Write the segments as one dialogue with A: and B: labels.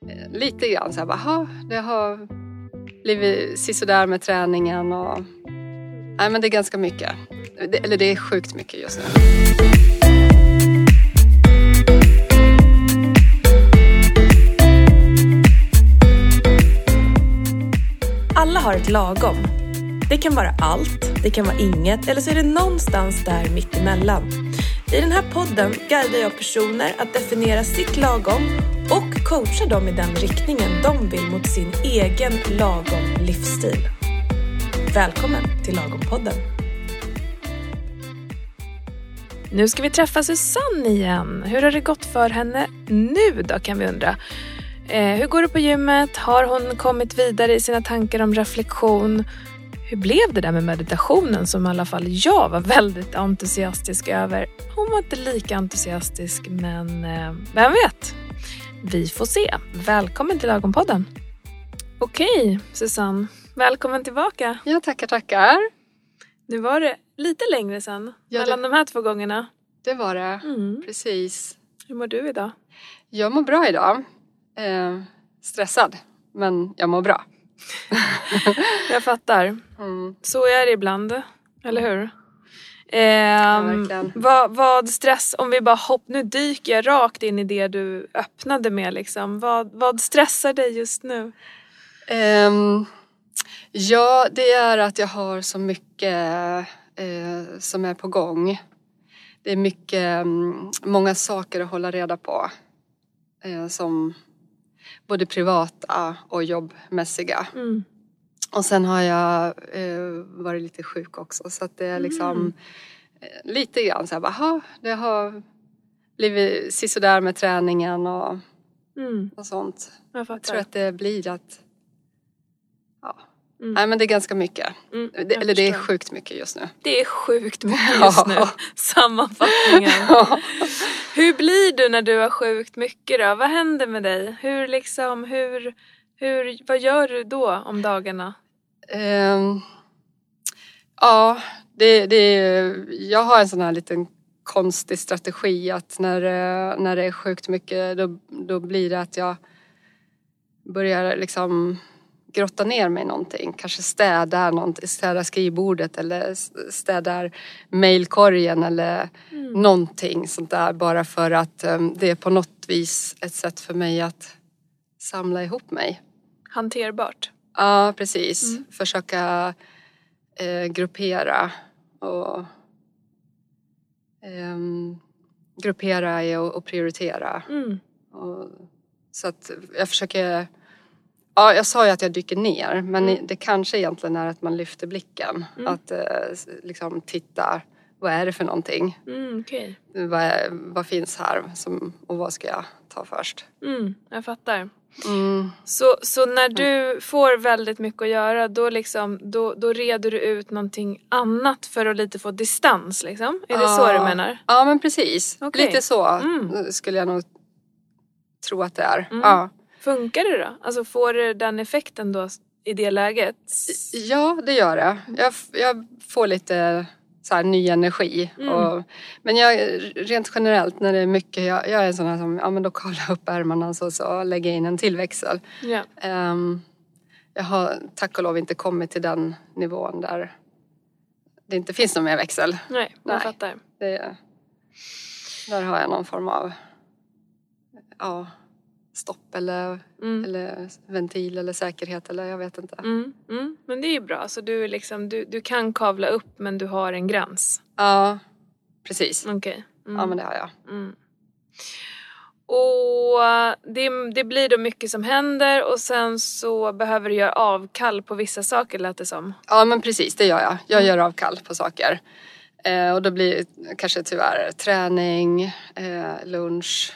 A: lite grann så här, aha, det har blivit sisådär med träningen och nej, men det är ganska mycket. Det är sjukt mycket just nu.
B: Alla har ett lagom. Det kan vara allt, det kan vara inget eller så är det någonstans där mitt emellan. I den här podden guidar jag personer att definiera sitt lagom och coachar dem i den riktningen de vill mot sin egen lagom livsstil. Välkommen till Lagom-podden. Nu ska vi träffa Susanne igen. Hur har det gått för henne nu då, kan vi undra. Hur går det på gymmet? Har hon kommit vidare i sina tankar om reflektion? Hur blev det där med meditationen som i alla fall jag var väldigt entusiastisk över? Hon var inte lika entusiastisk, men vem vet? Vi får se. Välkommen till Lagom-podden. Okej, Susanne. Välkommen tillbaka.
A: Ja, tackar.
B: Nu var det lite längre sedan mellan de här 2 gångerna.
A: Det var det, precis.
B: Hur mår du idag?
A: Jag mår bra idag. Stressad, men jag mår bra.
B: Jag fattar. Så är det ibland, eller hur? Vad stress, om vi bara nu dyker jag rakt in i det du öppnade med liksom. Vad stressar dig just nu?
A: Ja, det är att jag har så mycket som är på gång. Det är mycket, många saker att hålla reda på. Som både privata och jobbmässiga. Och sen har jag varit lite sjuk också. Så att det är liksom lite grann så här, aha, det har blivit sisådär med träningen och sånt. Jag tror att det blir att, nej, men det är ganska mycket. Det är sjukt mycket just nu.
B: Det är sjukt mycket just nu. Sammanfattningen. Hur blir du när du har sjukt mycket då? Vad händer med dig? Vad gör du då om dagarna? Jag har en sån här liten konstig strategi att när det är sjukt mycket då blir det att jag börjar liksom grotta ner mig i någonting. Kanske städa skrivbordet eller städar mailkorgen eller någonting sånt där. Bara för att det är på något vis ett sätt för mig att samla ihop mig. Hanterbart.
A: Ja, precis. Försöka gruppera och och prioritera. Så att jag försöker. Ja, jag sa ju att jag dyker ner, men det kanske egentligen är att man lyfter blicken. Att liksom titta, vad är det för någonting?
B: Okay.
A: Vad finns här och vad ska jag ta först?
B: Jag fattar. Så när du får väldigt mycket att göra, då reder du ut någonting annat för att lite få distans liksom? Är det så du menar?
A: Ja, men precis.
B: Okay.
A: Lite så skulle jag nog tro att det är. Ja. Funkar
B: det då? Alltså får det den effekten då i det läget?
A: Ja, det gör det. Jag får lite så här ny energi. Men rent generellt när det är mycket, jag är en sån här som, men då kollar upp ärmarna så lägger jag in en till växel.
B: Yeah.
A: Jag har tack och lov inte kommit till den nivån där det inte finns någon mer växel.
B: Nej, jag fattar.
A: Där har jag någon form av stopp eller ventil eller säkerhet eller jag vet inte.
B: Men det är ju bra. Så du kan kavla upp men du har en gräns.
A: Ja, precis.
B: Okej.
A: Ja, men det har jag.
B: Och det blir då mycket som händer och sen så behöver du göra avkall på vissa saker, lät det som.
A: Ja, men precis, det gör jag. Jag gör avkall på saker. Och då blir det kanske tyvärr träning, lunch,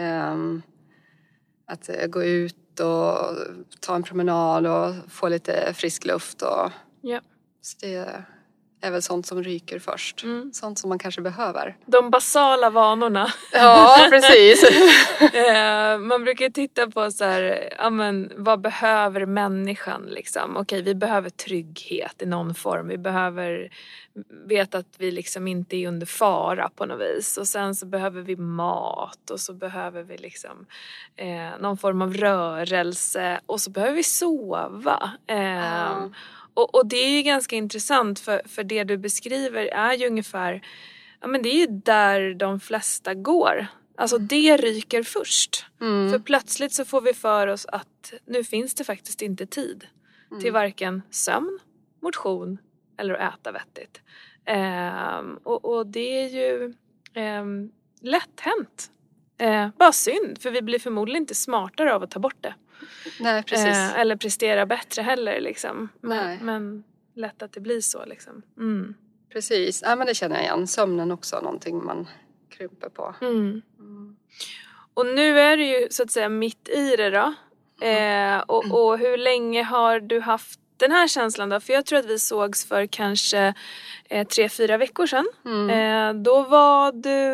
A: att gå ut och ta en promenad och få lite frisk luft. Så det är väl sånt som ryker först. Sånt som man kanske behöver.
B: De basala vanorna.
A: Ja, precis.
B: Man brukar titta på så här, ja, men, vad behöver människan liksom? Okej, vi behöver trygghet i någon form. Vi behöver veta att vi liksom inte är under fara på något vis. Och sen så behöver vi mat och så behöver vi liksom någon form av rörelse och så behöver vi sova. Och det är ju ganska intressant för det du beskriver är ju ungefär, ja men det är ju där de flesta går. Alltså det ryker först. För plötsligt så får vi för oss att nu finns det faktiskt inte tid till varken sömn, motion eller att äta vettigt. Och det är ju lätt hänt. Bara synd, för vi blir förmodligen inte smartare av att ta bort det.
A: Nej, precis.
B: Eller prestera bättre heller liksom. Men lätt att det blir så liksom.
A: Precis, ja, men det känner jag igen. Sömnen också någonting man krymper på.
B: Och nu är du ju så att säga mitt i det då. Och hur länge har du haft den här känslan då? För jag tror att vi sågs för kanske 3-4 veckor sedan. Då var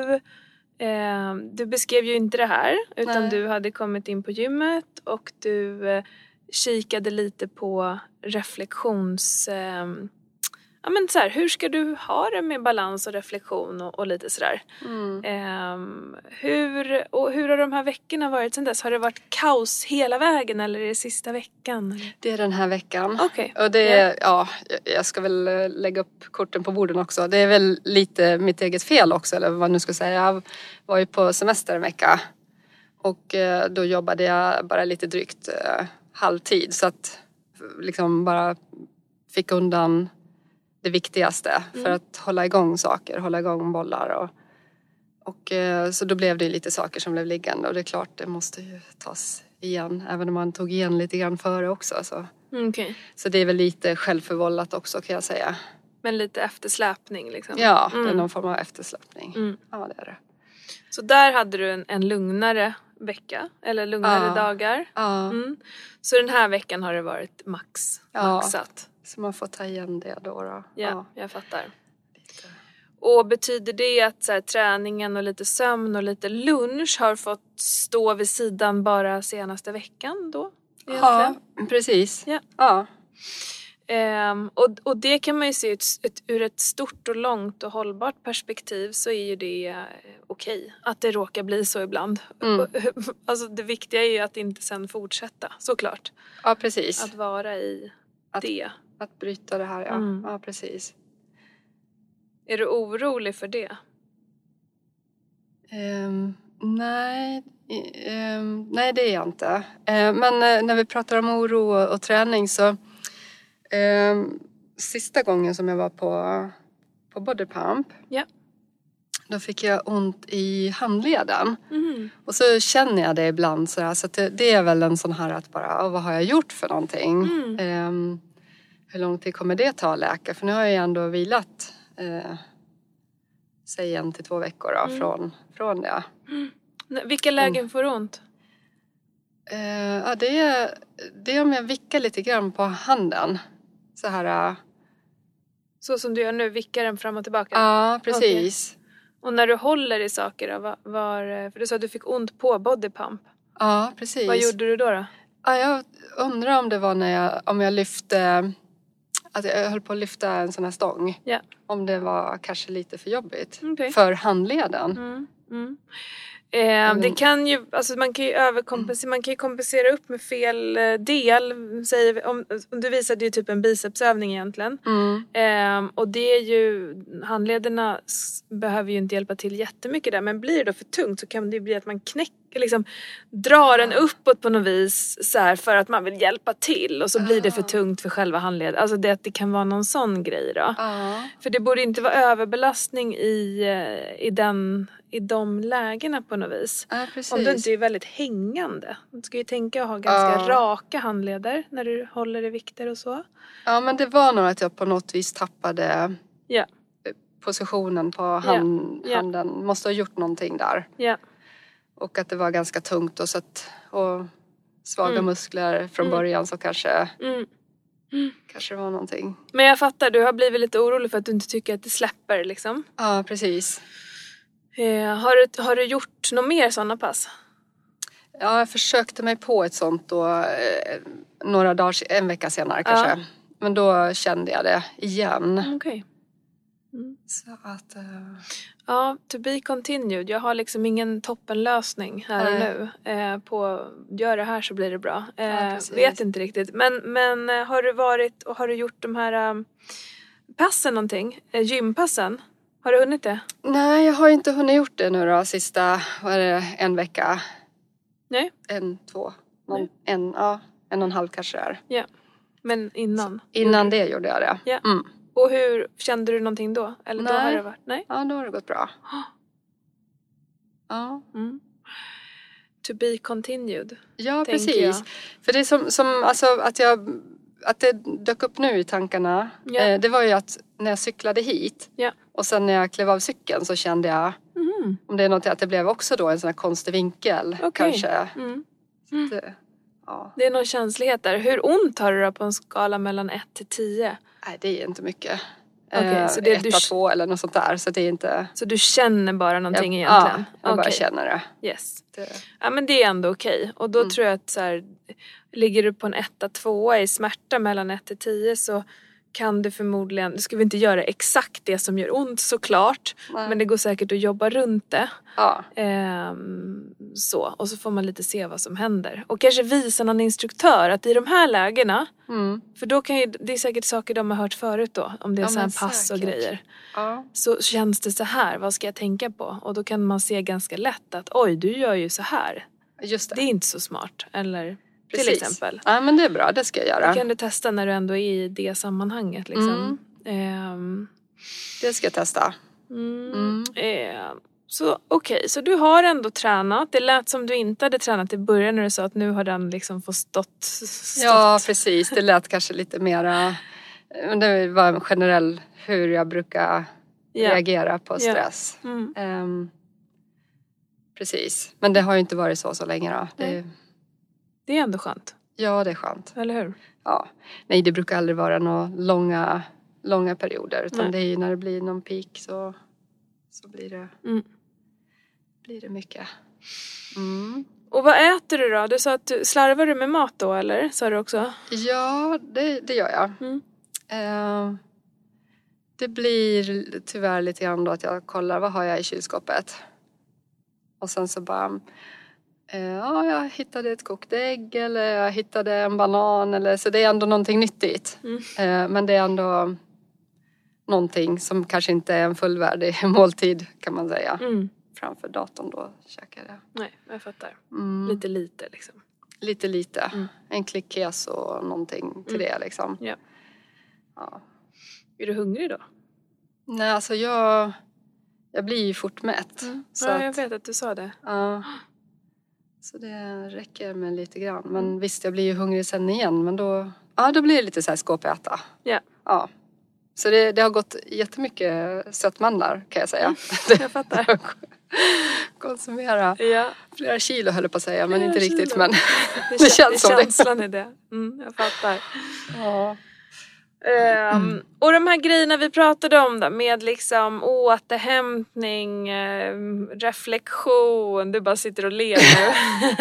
B: du beskrev ju inte det här, utan du hade kommit in på gymmet och du kikade lite på reflektions... ja men så här, hur ska du ha det med balans och reflektion och lite sådär. Hur har de här veckorna varit sedan dess? Har det varit kaos hela vägen eller är det sista veckan?
A: Det är den här veckan.
B: Okej.
A: Och det är, jag ska väl lägga upp korten på borden också. Det är väl lite mitt eget fel också, eller vad man nu ska säga. Jag var ju på semester en vecka. Och då jobbade jag bara lite drygt halvtid. Så att liksom bara fick undan det viktigaste för att hålla igång saker, hålla igång bollar. Och så då blev det lite saker som blev liggande. Och det är klart, det måste ju tas igen. Även om man tog igen lite grann före också. Så det är väl lite självförvållat också, kan jag säga.
B: Men lite eftersläpning liksom?
A: Ja, det är någon form av eftersläpning. Ja, det är det.
B: Så där hade du en lugnare vecka? Eller lugnare dagar?
A: Ja.
B: Så den här veckan har det varit maxat?
A: Så man får ta igen det då.
B: Ja, jag fattar. Lite. Och betyder det att så här, träningen och lite sömn och lite lunch har fått stå vid sidan bara senaste veckan då?
A: Ja, precis. Ja.
B: Och det kan man ju se ur ett stort och långt och hållbart perspektiv, så är ju det okej att det råkar bli så ibland. Alltså det viktiga är ju att inte sen fortsätta, såklart.
A: Ja, precis.
B: Att vara i det.
A: Att bryta det här, ja precis.
B: Är du orolig för det?
A: Nej, det är jag inte. Men när vi pratar om oro och träning så sista gången som jag var på Body Pump, då fick jag ont i handleden. Och så känner jag det ibland så att det är väl en sån här att bara, vad har jag gjort för någonting? Hur lång tid kommer det ta att läka? För nu har jag ändå vilat säg 1 till 2 veckor då, från det.
B: Vilka lägen får du ont?
A: Ja, det är om jag vickar lite grann på handen. Så här.
B: Så som du gör nu, vickar den fram och tillbaka?
A: Ja, precis.
B: Okay. Och när du håller i saker då, för du sa att du fick ont på Body Pump.
A: Ja, precis.
B: Vad gjorde du då?
A: Ja, jag undrar om det var om jag lyfte, att jag höll på att lyfta en sån här stång.
B: Yeah.
A: Om det var kanske lite för jobbigt för handleden.
B: Det kan ju, alltså man kan ju överkompensera, man kan ju kompensera upp med fel del. Om du visade ju typ en bicepsövning egentligen. Och det är ju, handlederna behöver ju inte hjälpa till jättemycket där. Men blir det då för tungt så kan det ju bli att man liksom drar den uppåt på något vis så här, för att man vill hjälpa till. Och så blir det för tungt för själva handleden. Alltså det kan vara någon sån grej då. För det borde inte vara överbelastning i de lägena på något vis. Om du inte är väldigt hängande. Du ska ju tänka att ha ganska raka handleder när du håller i vikter och så. Ja,
A: men det var nog att jag på något vis tappade positionen på handen. Måste ha gjort någonting där. Och att det var ganska tungt och svaga muskler från början så kanske Kanske det var någonting.
B: Men jag fattar, du har blivit lite orolig för att du inte tycker att det släpper liksom.
A: Ja, precis.
B: Har du gjort något mer sådana pass?
A: Ja, jag försökte mig på ett sånt då några dagar, en vecka senare kanske. Men då kände jag det igen.
B: Okej.
A: Så att...
B: Ja, to be continued. Jag har liksom ingen toppenlösning här och nu. Gör det här så blir det bra. Vet inte riktigt. Men har du varit och har du gjort de här passen någonting? Gympassen? Har du hunnit det?
A: Nej, jag har inte hunnit gjort det nu då. Sista, en vecka?
B: Nej.
A: 2. En och en halv kanske är.
B: Ja. Men innan?
A: Så, innan det gjorde jag det.
B: Ja. Och hur kände du någonting då? Eller
A: Nej.
B: Då har det varit? Nej.
A: Ja, då har det gått bra. Ja.
B: To be continued.
A: Ja, precis. För det är som alltså att det dök upp nu i tankarna.
B: Ja.
A: Det var ju att när jag cyklade hit. Ja. Och sen när jag klev av cykeln så kände jag. Om det är något att det blev också då en sån här konstig vinkel. Kanske.
B: Det är någon känslighet där. Hur ont har du då på en skala mellan 1 till 10?
A: Nej, det är inte mycket.
B: Så det är
A: 1-2 eller något sånt där. Så det är inte...
B: Så du känner bara någonting egentligen?
A: Ja, jag bara känner det.
B: Yes. Ja, men det är ändå okej. Och då tror jag att så här, ligger du på en 1-2 i smärta mellan 1 till 10 så kan du förmodligen, du ska vi inte göra exakt det som gör ont såklart. Nej. Men det går säkert att jobba runt det.
A: Ja.
B: Så. Och så får man lite se vad som händer. Och kanske visa någon instruktör att i de här lägena, för då kan ju, det är säkert saker de har hört förut då. Om det är så här pass säkert. Och grejer. Ja. Så känns det så här, vad ska jag tänka på? Och då kan man se ganska lätt att oj, du gör ju så här.
A: Just det.
B: Det är inte så smart. Eller...
A: Precis.
B: Till exempel.
A: Ja, men det är bra, det ska jag göra.
B: Det kan du testa när du ändå är i det sammanhanget liksom.
A: Det ska jag testa.
B: Så okej, så du har ändå tränat. Det lät som du inte hade tränat i början när du sa att nu har den liksom fått stått.
A: Ja, precis. Det lät kanske lite mera. Det var en generell hur jag brukar reagera på stress. Precis. Men det har ju inte varit så länge då.
B: Det är ändå skönt.
A: Ja, det är skönt.
B: Eller hur?
A: Ja. Nej, det brukar aldrig vara några långa perioder. Utan det är ju när det blir någon peak så blir det mycket.
B: Och vad äter du då? Du sa att slarvar du med mat då, eller? Sa du också?
A: Ja, det gör jag. Det blir tyvärr lite grann då att jag kollar vad har jag i kylskåpet. Och sen så bara... jag hittade ett kokt ägg eller jag hittade en banan. Eller, så det är ändå någonting nyttigt. Men det är ändå någonting som kanske inte är en fullvärdig måltid kan man säga. Framför datorn då käkar jag.
B: Nej, jag fattar. Lite liksom.
A: Lite. En klick keso och någonting till det liksom.
B: Ja. Är du hungrig då?
A: Nej, alltså jag blir ju fort mätt.
B: Så jag vet att du sa det.
A: Ja. Så det räcker med lite grann. Men visst, jag blir ju hungrig sen igen. Men då blir det lite så här skåpäta. Ja. Så det har gått jättemycket sötmandlar kan jag säga.
B: Jag fattar.
A: Konsumera flera kilo höll jag på att säga. Men inte riktigt.
B: Kilo.
A: Men det känns som det.
B: Känslan är det. Jag fattar.
A: Ja.
B: Och de här grejerna vi pratade om då, med liksom återhämtning, reflektion, du bara sitter och ler nu.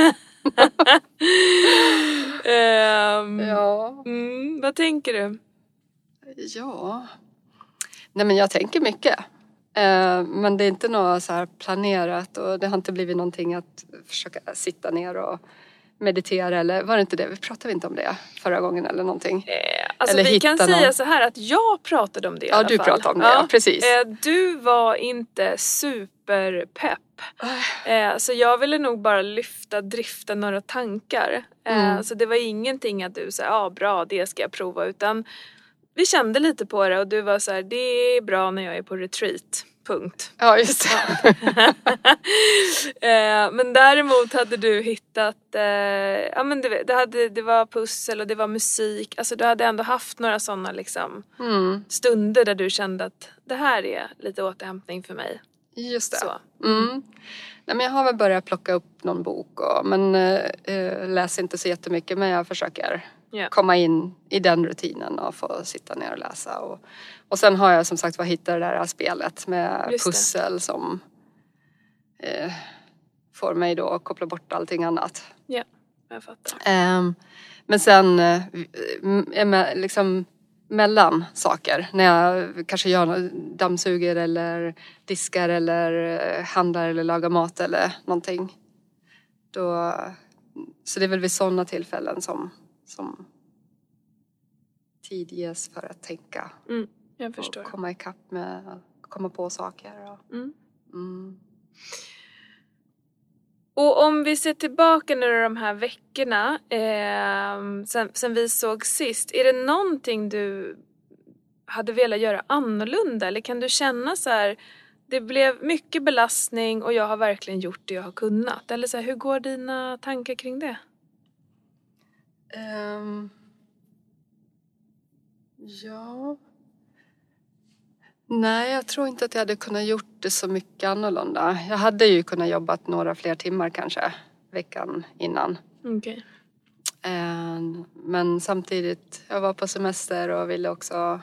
B: Vad tänker du?
A: Ja, nej men jag tänker mycket. Men det är inte något så här planerat och det har inte blivit någonting att försöka sitta ner och meditera eller var det inte det? Vi pratade inte om det förra gången eller någonting.
B: Alltså eller vi kan säga så här att jag pratade om det i alla fall.
A: Ja, du pratade om det, precis.
B: Du var inte superpepp. Så jag ville nog bara drifta några tankar. Så det var ingenting att du sa, bra, det ska jag prova. Utan vi kände lite på det och du var så här, det är bra när jag är på retreat. Punkt.
A: Ja, just det.
B: Men däremot hade du hittat, men det var pussel och det var musik. Alltså du hade ändå haft några sådana liksom, stunder där du kände att det här är lite återhämtning för mig.
A: Just det. Så. Nej, men jag har väl börjat plocka upp någon bok men läser inte så jättemycket men jag försöker komma in i den rutinen och få sitta ner och läsa. Och sen har jag som sagt hittat det där spelet med pussel som får mig då att koppla bort allting annat.
B: Ja, jag fattar.
A: Men sen liksom mellan saker, när jag kanske gör dammsuger eller diskar eller handlar eller lagar mat eller någonting. Så det är väl vid sådana tillfällen som tid ges för att tänka.
B: Jag förstår.
A: Och komma ikapp med att komma på saker.
B: Och om vi ser tillbaka nu de här veckorna sen vi såg sist. Är det någonting du hade velat göra annorlunda? Eller kan du känna så här, det blev mycket belastning och jag har verkligen gjort det jag har kunnat? Eller så här, hur går dina tankar kring det?
A: Ja. Nej, jag tror inte att jag hade kunnat gjort det så mycket annorlunda. Jag hade ju kunnat jobbat några fler timmar kanske veckan innan.
B: Okej.
A: Men samtidigt, jag var på semester och ville också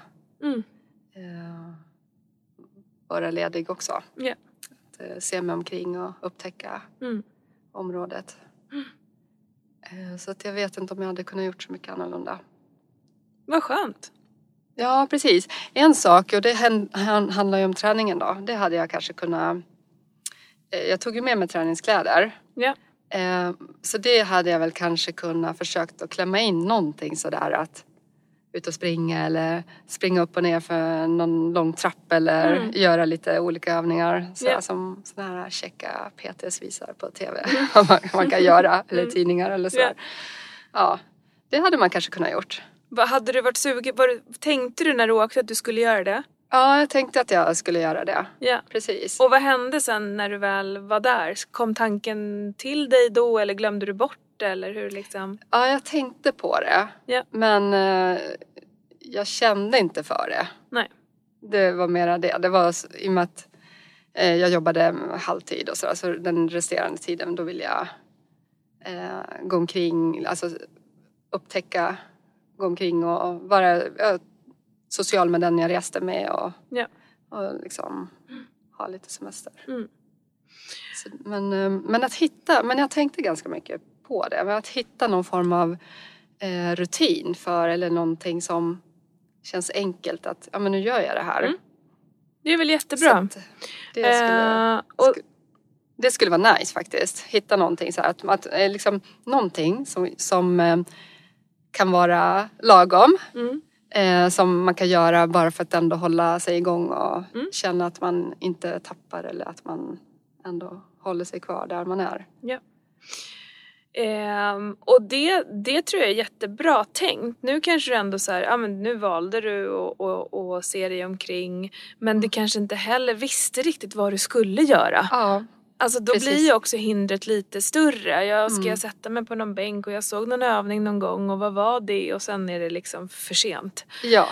A: vara ledig också.
B: Yeah.
A: Att se mig omkring och upptäcka området. Så att jag vet inte om jag hade kunnat gjort så mycket annorlunda.
B: Vad skönt.
A: Ja, precis. En sak, och det handlar ju om träningen då. Det hade jag kanske kunnat... Jag tog ju med mig träningskläder.
B: Ja.
A: Så det hade jag väl kanske kunnat försökt att klämma in någonting sådär att ut och springa eller springa upp och ner för någon lång trapp eller göra lite olika övningar som såna här checka PTs visar på tv. Vad man kan göra eller tidningar eller så. Ja, det hade man kanske kunnat gjort.
B: Vad hade du varit sugen? Tänkte du när du åkte att du skulle göra det?
A: Ja, jag tänkte att jag skulle göra det.
B: Ja.
A: Precis.
B: Och vad hände sen när du väl var där? Kom tanken till dig då eller glömde du bort det? Eller hur liksom?
A: Ja, jag tänkte på det. Ja. Men jag kände inte för det.
B: Nej.
A: Det var mera det. Det var i och med att jag jobbade halvtid och så den resterande tiden då ville jag gå omkring, alltså upptäcka, gå omkring och vara social med den jag reste med och liksom ha lite semester. Så, men att hitta, men jag tänkte ganska mycket på det, men att hitta någon form av rutin för eller någonting som känns enkelt att ja men nu gör jag det här.
B: Det är väl jättebra.
A: Det skulle vara nice faktiskt. Hitta någonting så här att liksom någonting som kan vara lagom. Som man kan göra bara för att ändå hålla sig igång och känna att man inte tappar eller att man ändå håller sig kvar där man är.
B: Ja. Och det tror jag är jättebra tänkt. Nu kanske du ändå så här, men nu valde du att se dig omkring, men du kanske inte heller visste riktigt vad du skulle göra.
A: Ja.
B: Alltså då blir ju också hindret lite större. Ska jag sätta mig på någon bänk och jag såg någon övning någon gång och vad var det? Och sen är det liksom för sent.
A: Ja.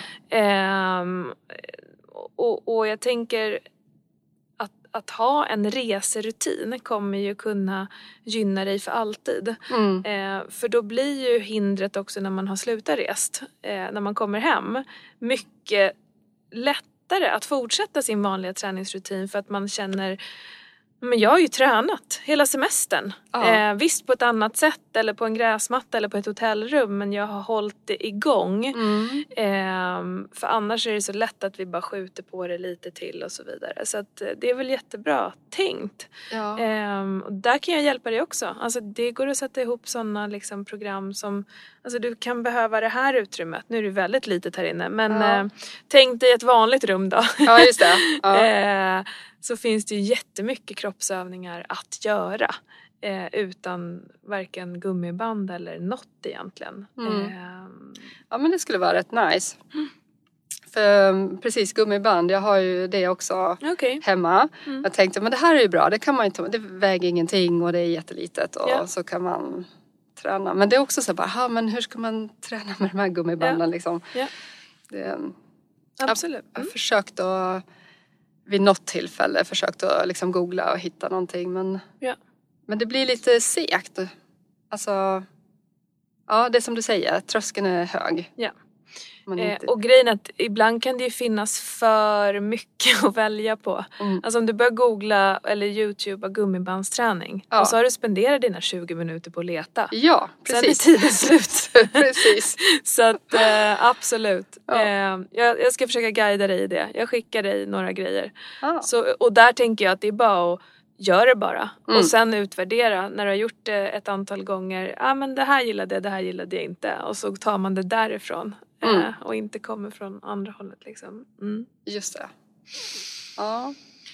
B: Och jag tänker att ha en reserutin kommer ju kunna gynna dig för alltid. För då blir ju hindret också när man har slutat rest, när man kommer hem, mycket lättare att fortsätta sin vanliga träningsrutin för att man känner, men jag har ju tränat hela semestern. Visst på ett annat sätt eller på en gräsmatta eller på ett hotellrum, men jag har hållit det igång. För annars är det så lätt att vi bara skjuter på det lite till och så vidare. Så att det är väl jättebra tänkt.
A: Ja.
B: Och där kan jag hjälpa dig också. Alltså det går att sätta ihop sådana liksom program som, alltså du kan behöva det här utrymmet. Nu är det väldigt litet här inne, men tänk dig ett vanligt rum då.
A: Ja, just det. Ja.
B: Så finns det ju jättemycket kroppsövningar att göra utan varken gummiband eller något egentligen.
A: Ja, men det skulle vara rätt nice. För precis, gummiband, jag har ju det också hemma. Jag tänkte, men det här är ju bra, det kan man ju ta, det väger ingenting och det är jättelitet och så kan man träna. Men det är också så bara, men hur ska man träna med de här gummibanden liksom?
B: Absolut.
A: Jag har försökt att vid något tillfälle försökt att liksom googla och hitta någonting, men det blir lite segt. Alltså Ja, det är som du säger, tröskeln är hög.
B: Ja.
A: Inte...
B: Och grejen är att ibland kan det ju finnas för mycket att välja på. Alltså om du börjar googla eller YouTubea gummibandsträning. Och så har du spenderat dina 20 minuter på att leta.
A: Ja, precis.
B: Sen är tiden slut.
A: Precis.
B: Så att absolut.
A: Ja.
B: Jag ska försöka guida dig i det. Jag skickar dig några grejer.
A: Ja.
B: Och där tänker jag att det är bara att göra det bara. Och sen utvärdera när du har gjort det ett antal gånger. Men det här gillade jag inte. Och så tar man det därifrån. Och inte kommer från andra hållet liksom.
A: Just det. Ja.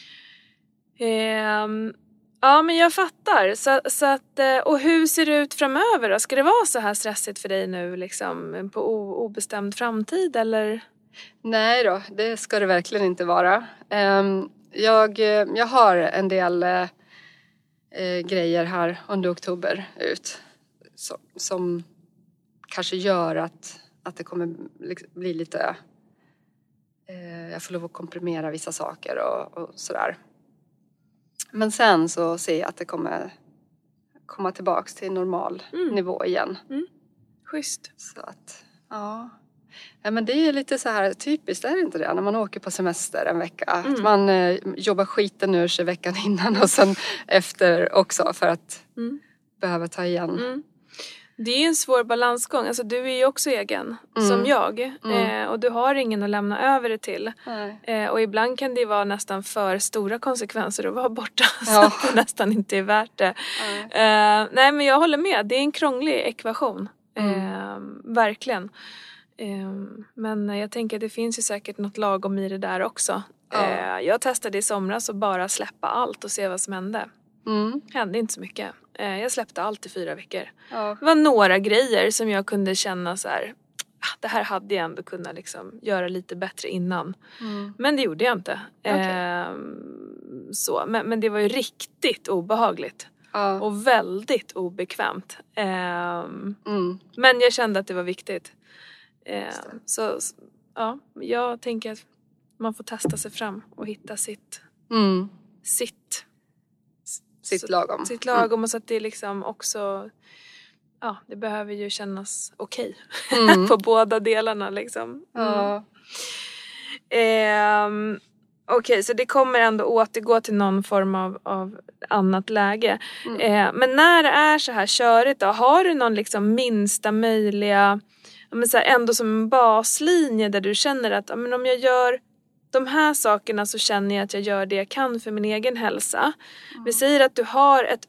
B: Ja, men jag fattar. Så att, och hur ser det ut framöver då? Ska det vara så här stressigt för dig nu liksom på obestämd framtid eller?
A: Nej då, det ska det verkligen inte vara. Jag har en del grejer här under oktober ut som kanske gör att det kommer bli lite... jag får lov att komprimera vissa saker och sådär. Men sen så ser jag att det kommer komma tillbaks till normal nivå igen.
B: Schysst.
A: Så att, ja. Men det är lite så här typiskt, är det inte det? När man åker på semester en vecka. Att man jobbar skiten ur sig veckan innan och sen efter också för att behöva ta igen.
B: Det är ju en svår balansgång. Alltså du är ju också egen som jag. Och du har ingen att lämna över det till. Och ibland kan det vara nästan för stora konsekvenser att vara borta. Så att det nästan inte är värt det. Nej men jag håller med. Det är en krånglig ekvation. Verkligen. Men jag tänker att det finns ju säkert något lagom i det där också. Jag testade i somras att bara släppa allt och se vad som hände. Hände inte så mycket. Jag släppte allt i 4 veckor. Det var några grejer som jag kunde känna så här. Det här hade jag ändå kunnat liksom göra lite bättre innan. Men det gjorde jag inte. Så. Men det var ju riktigt obehagligt. Och väldigt obekvämt. Men jag kände att det var viktigt. Så ja, jag tänker att man får testa sig fram och hitta sitt
A: lagom.
B: Sitt lagom och så att det liksom också, ja, det behöver ju kännas okej. På båda delarna liksom. Okej, så det kommer ändå återgå till någon form av annat läge. Men när det är så här körigt då, har du någon liksom minsta möjliga, men så här, ändå som en baslinje där du känner att men om jag gör de här sakerna så känner jag att jag gör det jag kan för min egen hälsa. Vi säger att du har ett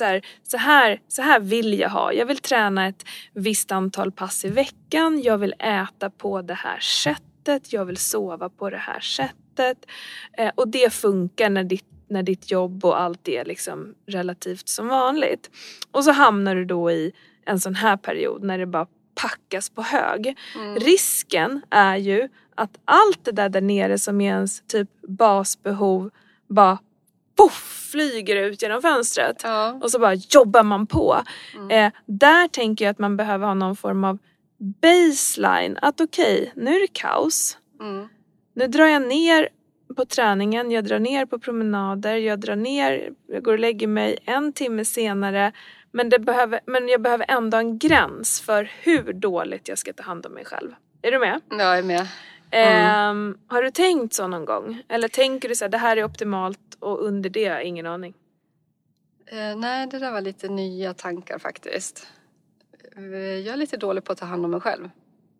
B: så här vill jag ha. Jag vill träna ett visst antal pass i veckan. Jag vill äta på det här sättet. Jag vill sova på det här sättet. Och det funkar när ditt jobb och allt är liksom relativt som vanligt. Och så hamnar du då i en sån här period när det bara packas på hög. Risken är ju att allt det där nere som är ens typ basbehov bara flyger ut genom fönstret. Och så bara jobbar man på. Där tänker jag att man behöver ha någon form av baseline. Att okej, nu är det kaos. Nu drar jag ner på träningen. Jag drar ner på promenader. Jag går och lägger mig 1 timme senare. Men jag behöver ändå en gräns för hur dåligt jag ska ta hand om mig själv. Är du med?
A: Ja, jag är med.
B: Har du tänkt så någon gång? Eller tänker du så här, det här är optimalt och under det har jag ingen aning?
A: Nej, det där var lite nya tankar faktiskt. Jag är lite dålig på att ta hand om mig själv.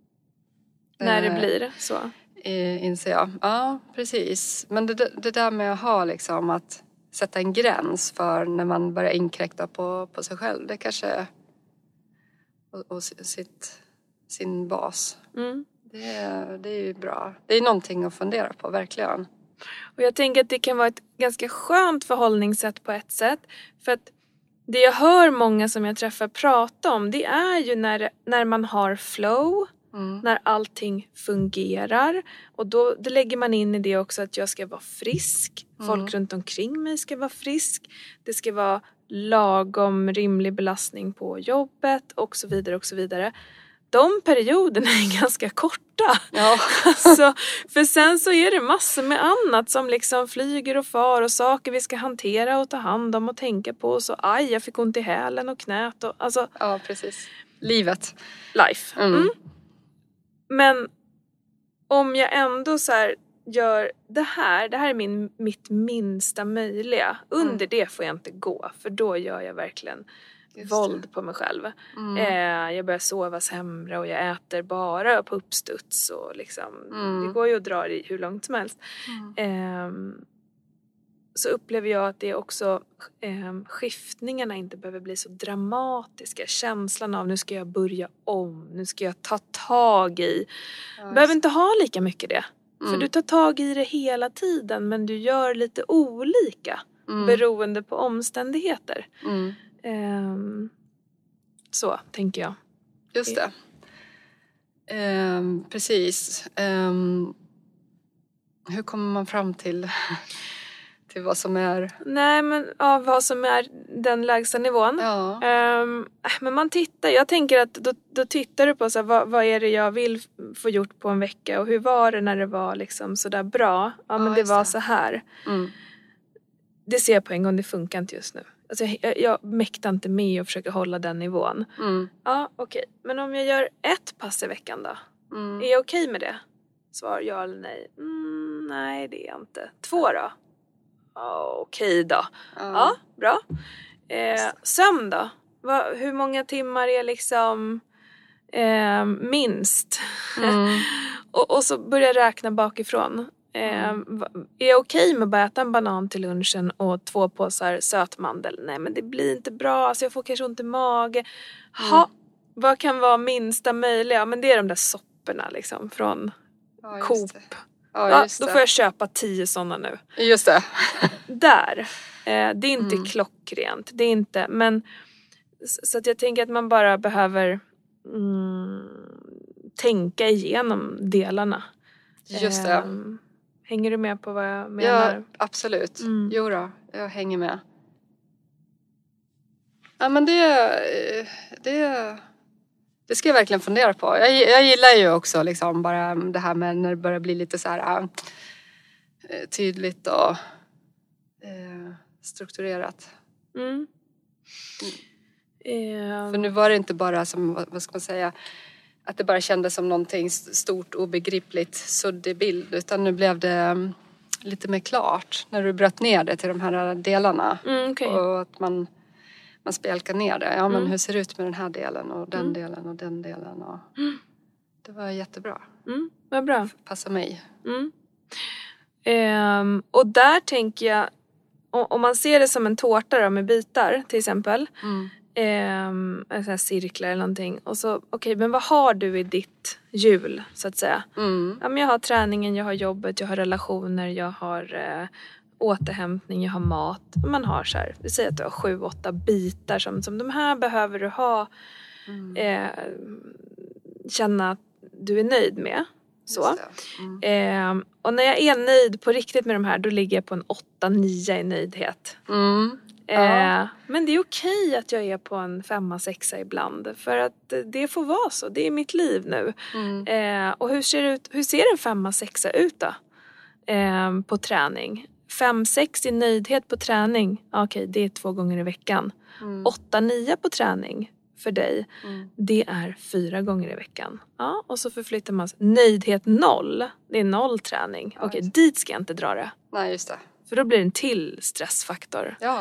B: När det blir så?
A: Inser jag. Ja, precis. Men det där med att ha liksom att sätta en gräns för när man börjar inkräkta på sig själv. Det kanske och sin bas. Det är ju bra. Det är någonting att fundera på, verkligen.
B: Och jag tänker att det kan vara ett ganska skönt förhållningssätt på ett sätt. För att det jag hör många som jag träffar prata om, det är ju när man har flow. När allting fungerar. Och då lägger man in i det också att jag ska vara frisk. Folk runt omkring mig ska vara frisk. Det ska vara lagom rimlig belastning på jobbet och så vidare och så vidare. De perioderna är ganska korta. Alltså, för sen så är det massor med annat som liksom flyger och far och saker vi ska hantera och ta hand om och tänka på. Och så jag fick ont i hälen och knät. Och, alltså,
A: ja, precis. livet.
B: Life. Men om jag ändå så här gör det här är mitt minsta möjliga. Under det får jag inte gå, för då gör jag verkligen våld på mig själv. Jag börjar sova sämre och jag äter bara på uppstuds och liksom, det går ju att dra det hur långt som helst. Så upplever jag att det också skiftningarna inte behöver bli så dramatiska. Känslan av nu ska jag börja om, nu ska jag ta tag i. Behöver inte ha lika mycket det. För du tar tag i det hela tiden, men du gör lite olika beroende på omständigheter. Så tänker jag.
A: Just det. Precis. Hur kommer man fram till vad som är...
B: Nej, men vad som är den lägsta nivån.
A: Ja.
B: Men man tittar. Jag tänker att då tittar du på så här, vad är det jag vill få gjort på en vecka. Och hur var det när det var liksom så där bra. Ja, men det var så här. Det ser jag på en gång, det funkar inte just nu. Alltså jag mäktar inte med att försöka hålla den nivån. Ja, okej. Men om jag gör 1 pass i veckan då? Är jag okej med det? Svar ja eller nej. Nej, det är jag inte. 2 då? Okej då. Ja, bra. Sömn då? Hur många timmar är liksom minst? och så börjar jag räkna bakifrån. Är jag okej med att bara äta en banan till lunchen och 2 påsar sötmandel? Nej, men det blir inte bra. Så jag får kanske ont i mage. Vad kan vara minsta möjliga? Men det är de där sopporna liksom från Coop. Då får jag köpa 10 sådana nu.
A: Just det.
B: Där. Det är inte klockrent. Det är inte, men så att jag tänker att man bara behöver tänka igenom delarna.
A: Just det.
B: Hänger du med på vad jag menar?
A: Ja, absolut. Jo då, jag hänger med. Ja, men det ska jag verkligen fundera på. Jag gillar ju också liksom bara det här med när det börjar bli lite så här tydligt och strukturerat. För nu var det inte bara som, vad ska man säga, att det bara kändes som någonting stort, obegripligt, suddig bild. Utan nu blev det lite mer klart när du bröt ner det till de här delarna.
B: Okay.
A: Och att man spjälkar ner det. Ja, men hur ser det ut med den här delen och den delen och den delen. Och det var jättebra.
B: Vad bra.
A: Passar mig.
B: Och där tänker jag, om man ser det som en tårta då, med bitar till exempel. Så här cirklar eller någonting. Och så, okej, men vad har du i ditt hjul så att säga? Ja, men jag har träningen, jag har jobbet, jag har relationer, jag har återhämtning, jag har mat. Man har så här, vi säger att du har 7-8 bitar som de här behöver du ha. Känna att du är nöjd med. Så. Och när jag är nöjd på riktigt med de här, då ligger jag på en 8-9 i nöjdhet. Men det är okej att jag är på en 5-6 ibland. För att det får vara så. Det är mitt liv nu. Och hur ser en 5-6 ut då? På träning. 5-6 i nöjdhet på träning. Okej, det är 2 gånger i veckan. 8-9 på träning för dig. Det är 4 gånger i veckan. Ja, och så förflyttar man sig. Nöjdhet 0. Det är 0 träning. Okej, dit ska jag inte dra det.
A: Nej, just det.
B: För då blir det en till stressfaktor.
A: Ja.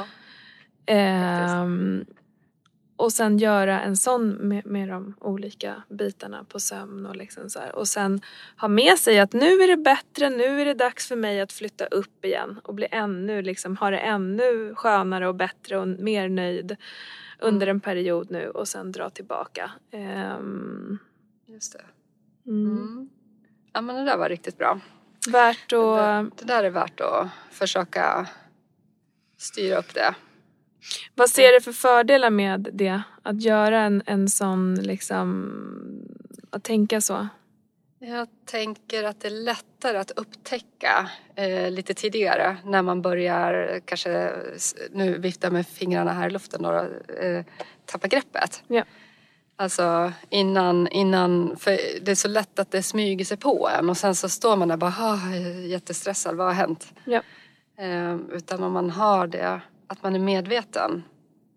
B: Och sen göra en sån med de olika bitarna på sömn och liksom så här. Och sen ha med sig att nu är det bättre, nu är det dags för mig att flytta upp igen och bli ännu liksom, ha det ännu skönare och bättre och mer nöjd under en period nu och sen dra tillbaka.
A: Just det. Ja, men det där var riktigt bra.
B: Värt att...
A: Det där är värt att försöka styra upp det.
B: Vad ser du för fördelar med det? Att göra en sån liksom, att tänka så?
A: Jag tänker att det är lättare att upptäcka lite tidigare när man börjar kanske nu vifta med fingrarna här i luften och tappa greppet.
B: Ja.
A: Alltså innan, för det är så lätt att det smyger sig på en och sen så står man där bara jättestressad, vad har hänt?
B: Ja.
A: Utan om man har det, att man är medveten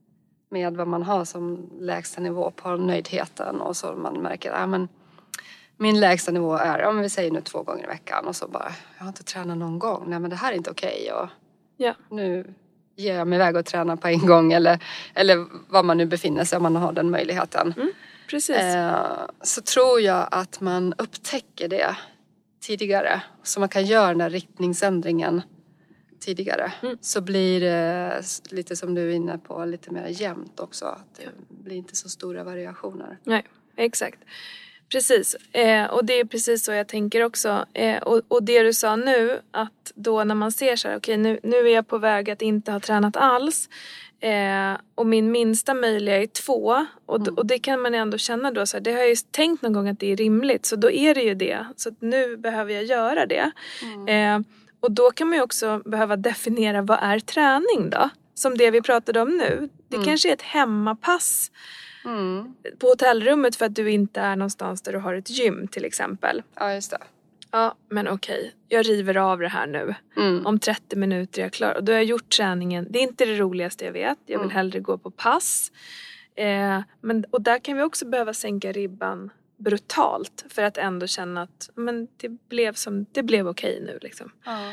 A: med vad man har som lägsta nivå på nöjdheten. Och så man märker att min lägsta nivå är, om vi säger nu 2 gånger i veckan. Och så bara, jag har inte tränat någon gång. Nej, men det här är inte okej. Och nu ger jag mig iväg och tränar på en gång. Eller var man nu befinner sig om man har den möjligheten.
B: Precis.
A: Så tror jag att man upptäcker det tidigare. Så man kan göra den här riktningsändringen tidigare. Så blir det lite som du är inne på, lite mer jämnt också. Att det blir inte så stora variationer.
B: Nej, exakt. Precis. Och det är precis så jag tänker också. Och det du sa nu, att då när man ser så här, okej, nu är jag på väg att inte ha tränat alls. Och min minsta möjliga är 2. Och det kan man ändå känna då så här, det har jag ju tänkt någon gång att det är rimligt. Så då är det ju det. Så att nu behöver jag göra det. Och då kan man ju också behöva definiera, vad är träning då? Som det vi pratade om nu. Det kanske är ett hemmapass på hotellrummet för att du inte är någonstans där du har ett gym till exempel.
A: Ja, just det.
B: Ja, men okej. Jag river av det här nu. Om 30 minuter är jag klar. Och då har jag gjort träningen. Det är inte det roligaste jag vet. Jag vill hellre gå på pass. Och där kan vi också behöva sänka ribban brutalt. För att ändå känna att men det blev okej nu liksom.
A: Ja.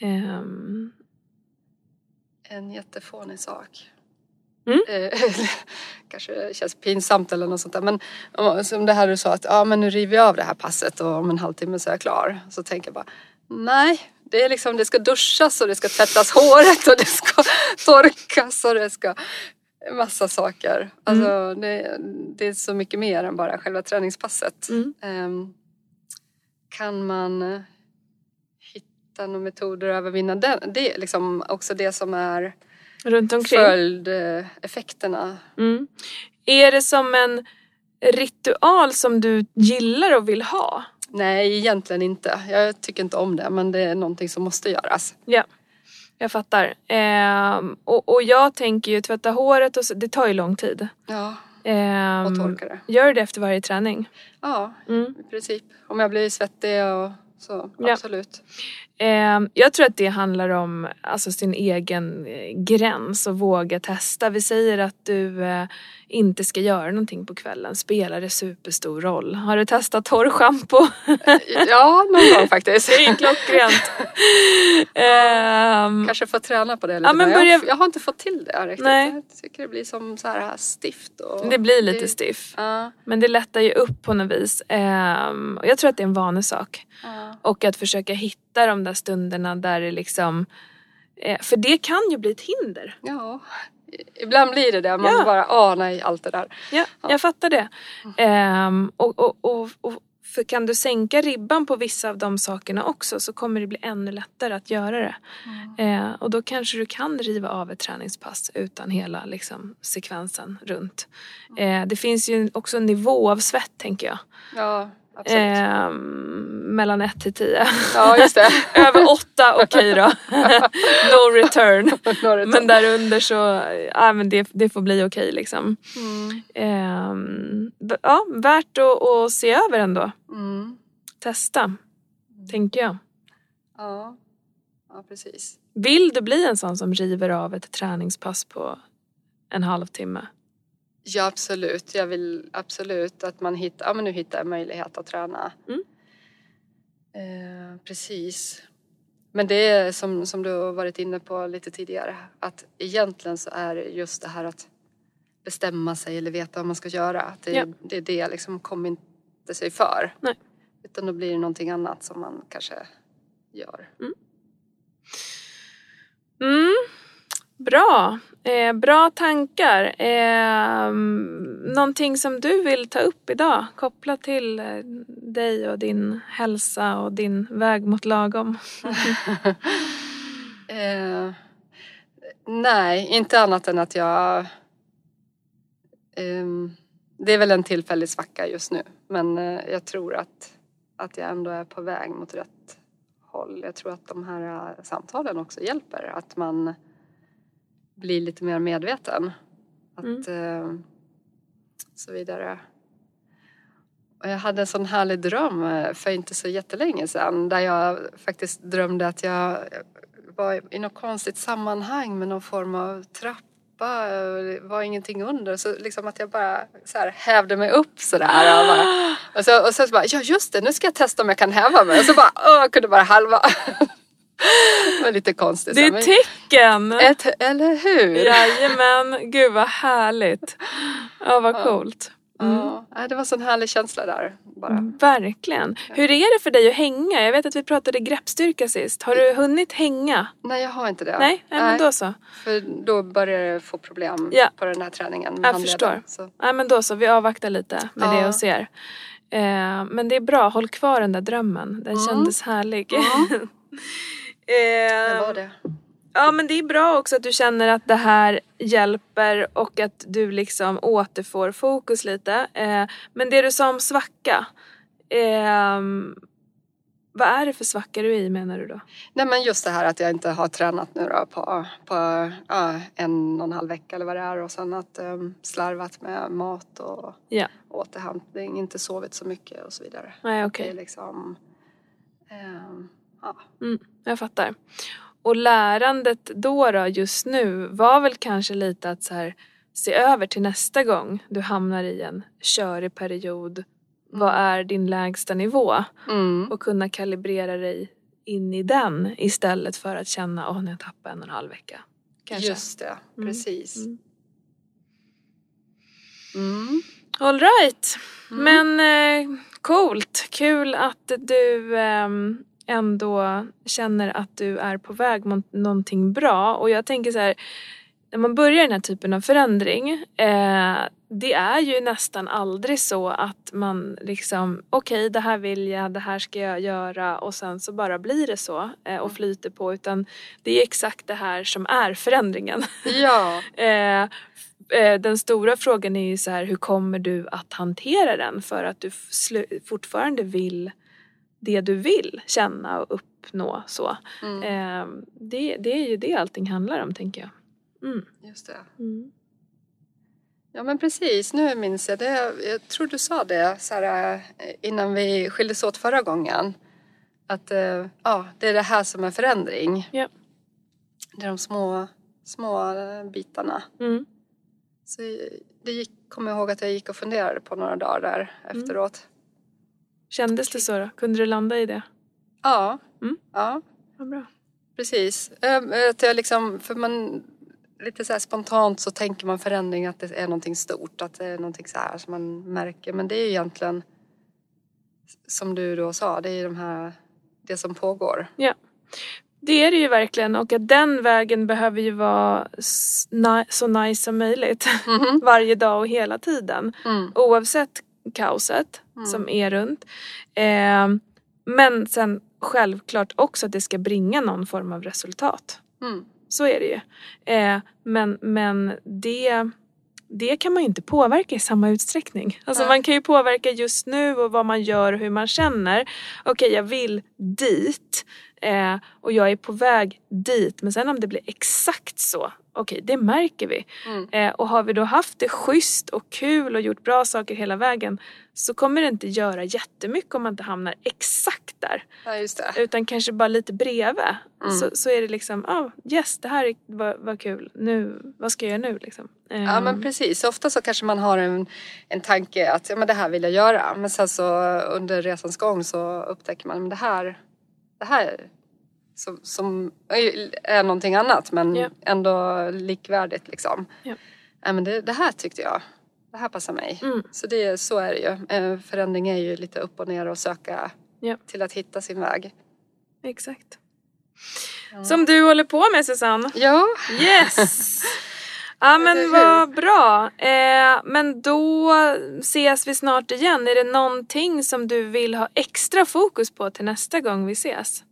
A: En jättefånig sak. Kanske känns pinsamt eller något sånt där. Men som det här du sa att men nu river jag av det här passet och om en halvtimme så är jag klar. Så tänker jag bara, nej. Det är liksom, det ska duschas och det ska tvättas håret och det ska torkas och det ska massa saker. Alltså det är så mycket mer än bara själva träningspasset. Kan man hitta några metoder att övervinna det är liksom också det som är
B: runt omkring
A: följdeffekterna.
B: Är det som en ritual som du gillar och vill ha?
A: Nej, egentligen inte. Jag tycker inte om det, men det är någonting som måste göras.
B: Ja, jag fattar. Och jag tänker ju tvätta håret och så, det tar ju lång tid.
A: Ja, och torka det.
B: Gör det efter varje träning?
A: Ja, i princip. Om jag blir svettig och så, absolut.
B: Jag tror att det handlar om alltså, sin egen gräns och våga testa. Vi säger att du inte ska göra någonting på kvällen. Spelar det superstor roll? Har du testat torrschampo?
A: Ja, någon gång faktiskt.
B: Det är klockrent.
A: Kanske få träna på det lite mer. Jag har inte fått till det riktigt. Nej. Jag tycker det blir som så här stift.
B: Det blir lite stift. Men det lättar ju upp på något vis. Och jag tror att det är en vanesak. Och att försöka hitta de där stunderna där det liksom... för det kan ju bli ett hinder.
A: Ja, ibland blir det. Man bara, nej, allt det där.
B: Ja, jag fattar det. För kan du sänka ribban på vissa av de sakerna också så kommer det bli ännu lättare att göra det. Och då kanske du kan riva av ett träningspass utan hela liksom, sekvensen runt. Det finns ju också en nivå av svett tänker jag.
A: Ja, absolut.
B: Mellan 1 till 10.
A: Ja, just det.
B: Över 8, okej då. No return. Men där under så, men det får bli okej liksom. Värt att se över ändå. Testa, tänker jag.
A: Ja, precis.
B: Vill du bli en sån som river av ett träningspass på en halvtimme?
A: Ja, absolut. Jag vill absolut att man hittar, men nu hittar jag möjlighet att träna. Precis. Men det är som du har varit inne på lite tidigare. Att egentligen så är det just det här att bestämma sig eller veta vad man ska göra. Det är det liksom kommer inte sig för.
B: Nej.
A: Utan då blir det någonting annat som man kanske gör.
B: Bra. Bra tankar. Någonting som du vill ta upp idag kopplat till dig och din hälsa och din väg mot lagom?
A: Nej, inte annat än att jag... det är väl en tillfällig svacka just nu. Men jag tror att jag ändå är på väg mot rätt håll. Jag tror att de här samtalen också hjälper. Att man blir lite mer medveten. Att så vidare. Och jag hade en sån härlig dröm för inte så jättelänge sedan. Där jag faktiskt drömde att jag var i något konstigt sammanhang med någon form av trapp pappa, det var ingenting under. Så liksom att jag bara så här hävde mig upp sådär. Och så bara, ja just det, nu ska jag testa om jag kan häva mig. Och så bara, jag kunde bara halva. Det var lite konstigt.
B: Det är tecken.
A: Eller hur?
B: Jajamän, gud vad härligt. Ja, vad coolt.
A: Ja, det var sån härlig känsla där. Bara.
B: Verkligen. Hur är det för dig att hänga? Jag vet att vi pratade greppstyrka sist. Har du hunnit hänga?
A: Nej, jag har inte det.
B: Nej, men då så.
A: För då börjar jag få problem på den här träningen.
B: Jag förstår. Nej, men då så. Vi avvaktar lite med det och ser. Men det är bra. Håll kvar den där drömmen. Den kändes härlig.
A: Det var det.
B: Ja, men det är bra också att du känner att det här hjälper och att du liksom återfår fokus lite. Men det du sa om svacka, vad är det för svacka du är i, menar du då?
A: Nej, men just det här att jag inte har tränat nu då på 1,5 vecka eller vad det är. Och sen att slarvat med mat och återhämtning, inte sovit så mycket och så vidare.
B: Nej, okej.
A: Det är liksom,
B: jag fattar. Och lärandet då just nu var väl kanske lite att så här, se över till nästa gång du hamnar i en körig period. Vad är din lägsta nivå? Och kunna kalibrera dig in i den istället för att känna, när jag tappar 1,5 vecka. Kanske.
A: Just det, precis.
B: All right. Men coolt. Kul att du ändå känner att du är på väg mot någonting bra. Och jag tänker så här, när man börjar den här typen av förändring, det är ju nästan aldrig så att man liksom, okej, det här vill jag, det här ska jag göra, och sen så bara blir det så och flyter på, utan det är exakt det här som är förändringen.
A: Ja.
B: Den stora frågan är ju så här, hur kommer du att hantera den för att du fortfarande vill det du vill känna och uppnå så. Det är ju det allting handlar om, tänker jag.
A: Just det. Ja, men precis, nu minns jag det. Jag tror du sa det så här, innan vi skildes åt förra gången. Att det är det här som är förändring.
B: Ja.
A: Det är de små bitarna. Så kommer jag ihåg att jag gick och funderade på några dagar där efteråt.
B: Kändes det så då? Kunde du landa i det?
A: Ja.
B: Ja, bra.
A: Precis. Att jag liksom, för man lite så här spontant så tänker man förändring att det är någonting stort, att det är någonting så här som man märker, men det är ju egentligen, som du då sa, det är det som pågår. Ja.
B: Det är det ju verkligen, och att den vägen behöver ju vara så nice som möjligt varje dag och hela tiden. Oavsett kaoset som är runt. Men sen självklart också att det ska bringa någon form av resultat. Så är det ju. Men det kan man ju inte påverka i samma utsträckning. Alltså man kan ju påverka just nu och vad man gör och hur man känner. Okej, jag vill dit. Och jag är på väg dit. Men sen om det blir exakt så, okej, det märker vi. Och har vi då haft det schysst och kul och gjort bra saker hela vägen, så kommer det inte göra jättemycket om man inte hamnar exakt där.
A: Ja, just det.
B: Utan kanske bara lite bredvid. Så är det liksom, yes, det här var kul. Nu, vad ska jag göra nu liksom?
A: Ja, men precis. Ofta så kanske man har en tanke att men det här vill jag göra. Men sen så under resans gång så upptäcker man att det här som är någonting annat, men ändå likvärdigt liksom. Ja, men det här tyckte jag, det här passar mig. Så så är det ju. Förändring är ju lite upp och ner och söka till att hitta sin väg.
B: Exakt. Som du håller på med, Susanne.
A: Ja.
B: Yes! Ja, men vad bra. Men då ses vi snart igen. Är det någonting som du vill ha extra fokus på till nästa gång vi ses?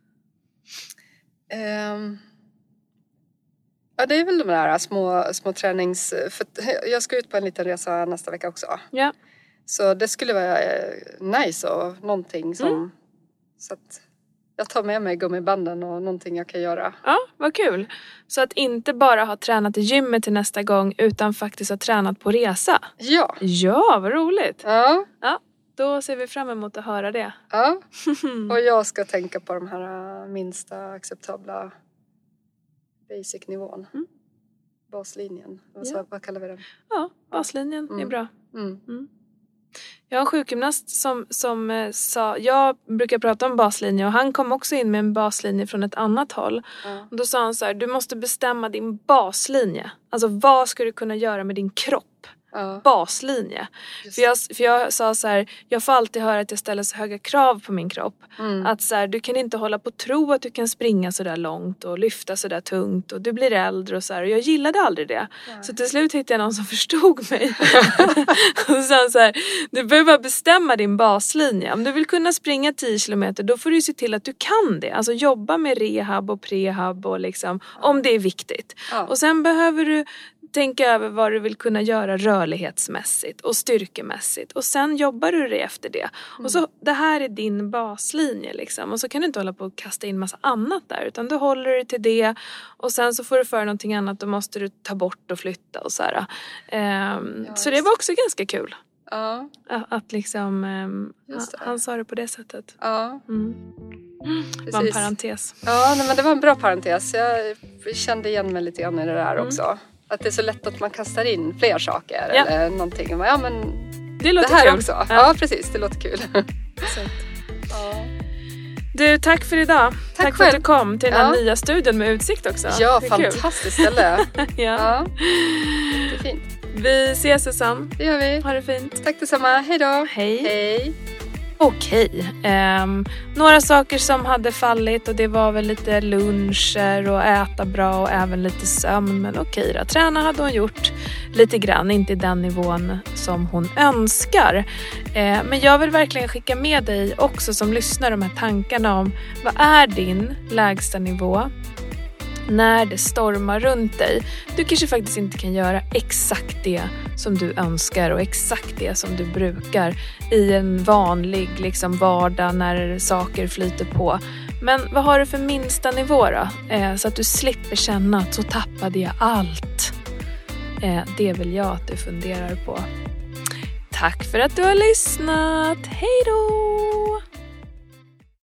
A: Ja, det är väl de där små tränings... För jag ska ut på en liten resa nästa vecka också.
B: Ja.
A: Så det skulle vara nice och någonting som... Så att jag tar med mig gummibanden och någonting jag kan göra.
B: Ja, vad kul. Så att inte bara ha tränat i gymmet till nästa gång, utan faktiskt ha tränat på resa.
A: Ja.
B: Ja, vad roligt.
A: Ja.
B: Ja, då ser vi fram emot att höra det.
A: Ja, och jag ska tänka på de här minsta acceptabla basic-nivån. baslinjen. Vad kallar vi den?
B: Ja, baslinjen är bra.
A: Mm.
B: Jag har en sjukgymnast som sa, jag brukar prata om baslinje och han kom också in med en baslinje från ett annat håll. Och då sa han så här, du måste bestämma din baslinje. Alltså vad ska du kunna göra med din kropp? Baslinje. För jag sa så här, jag får alltid höra att jag ställer så höga krav på min kropp. Att så här, du kan inte hålla på och tro att du kan springa så där långt och lyfta så där tungt och du blir äldre och så här. Och jag gillade aldrig det. Så till slut hittade jag någon som förstod mig. Och så här, du behöver bara bestämma din baslinje. Om du vill kunna springa 10 kilometer, då får du se till att du kan det. Alltså jobba med rehab och prehab och liksom, om det är viktigt. Och sen behöver du tänka över vad du vill kunna göra rörlighetsmässigt och styrkemässigt. Och sen jobbar du dig efter det. Och så, det här är din baslinje liksom. Och så kan du inte hålla på och kasta in massa annat där. Utan du håller dig till det. Och sen så får du för någonting annat. Då måste du ta bort och flytta och så här. Så det var också ganska kul.
A: Ja.
B: Att liksom, han sa det på det sättet.
A: Ja.
B: Det var en parentes.
A: Ja, men det var en bra parentes. Jag kände igen mig lite grann i det där också. Att det är så lätt att man kastar in fler saker eller någonting. Ja, men
B: det låter
A: det här
B: kul.
A: Också. Ja, precis. Det låter kul.
B: Du, tack för idag. Tack för att du kom till den här nya studion med utsikt också.
A: Ja, fantastiskt ställe.
B: Ja.
A: Det är fint.
B: Vi ses, Susanne.
A: Det gör vi.
B: Ha det fint.
A: Tack detsamma. Hej då.
B: Hej. Okej. Några saker som hade fallit och det var väl lite luncher och äta bra och även lite sömn. Men okej då. Träna hade hon gjort lite grann, inte i den nivån som hon önskar. Men jag vill verkligen skicka med dig också som lyssnar de här tankarna om vad är din lägsta nivå när det stormar runt dig. Du kanske faktiskt inte kan göra exakt det som du önskar och exakt det som du brukar i en vanlig liksom vardag när saker flyter på. Men vad har du för minsta nivå då? Så att du slipper känna att så tappade jag allt. Det vill jag att du funderar på. Tack för att du har lyssnat. Hej då!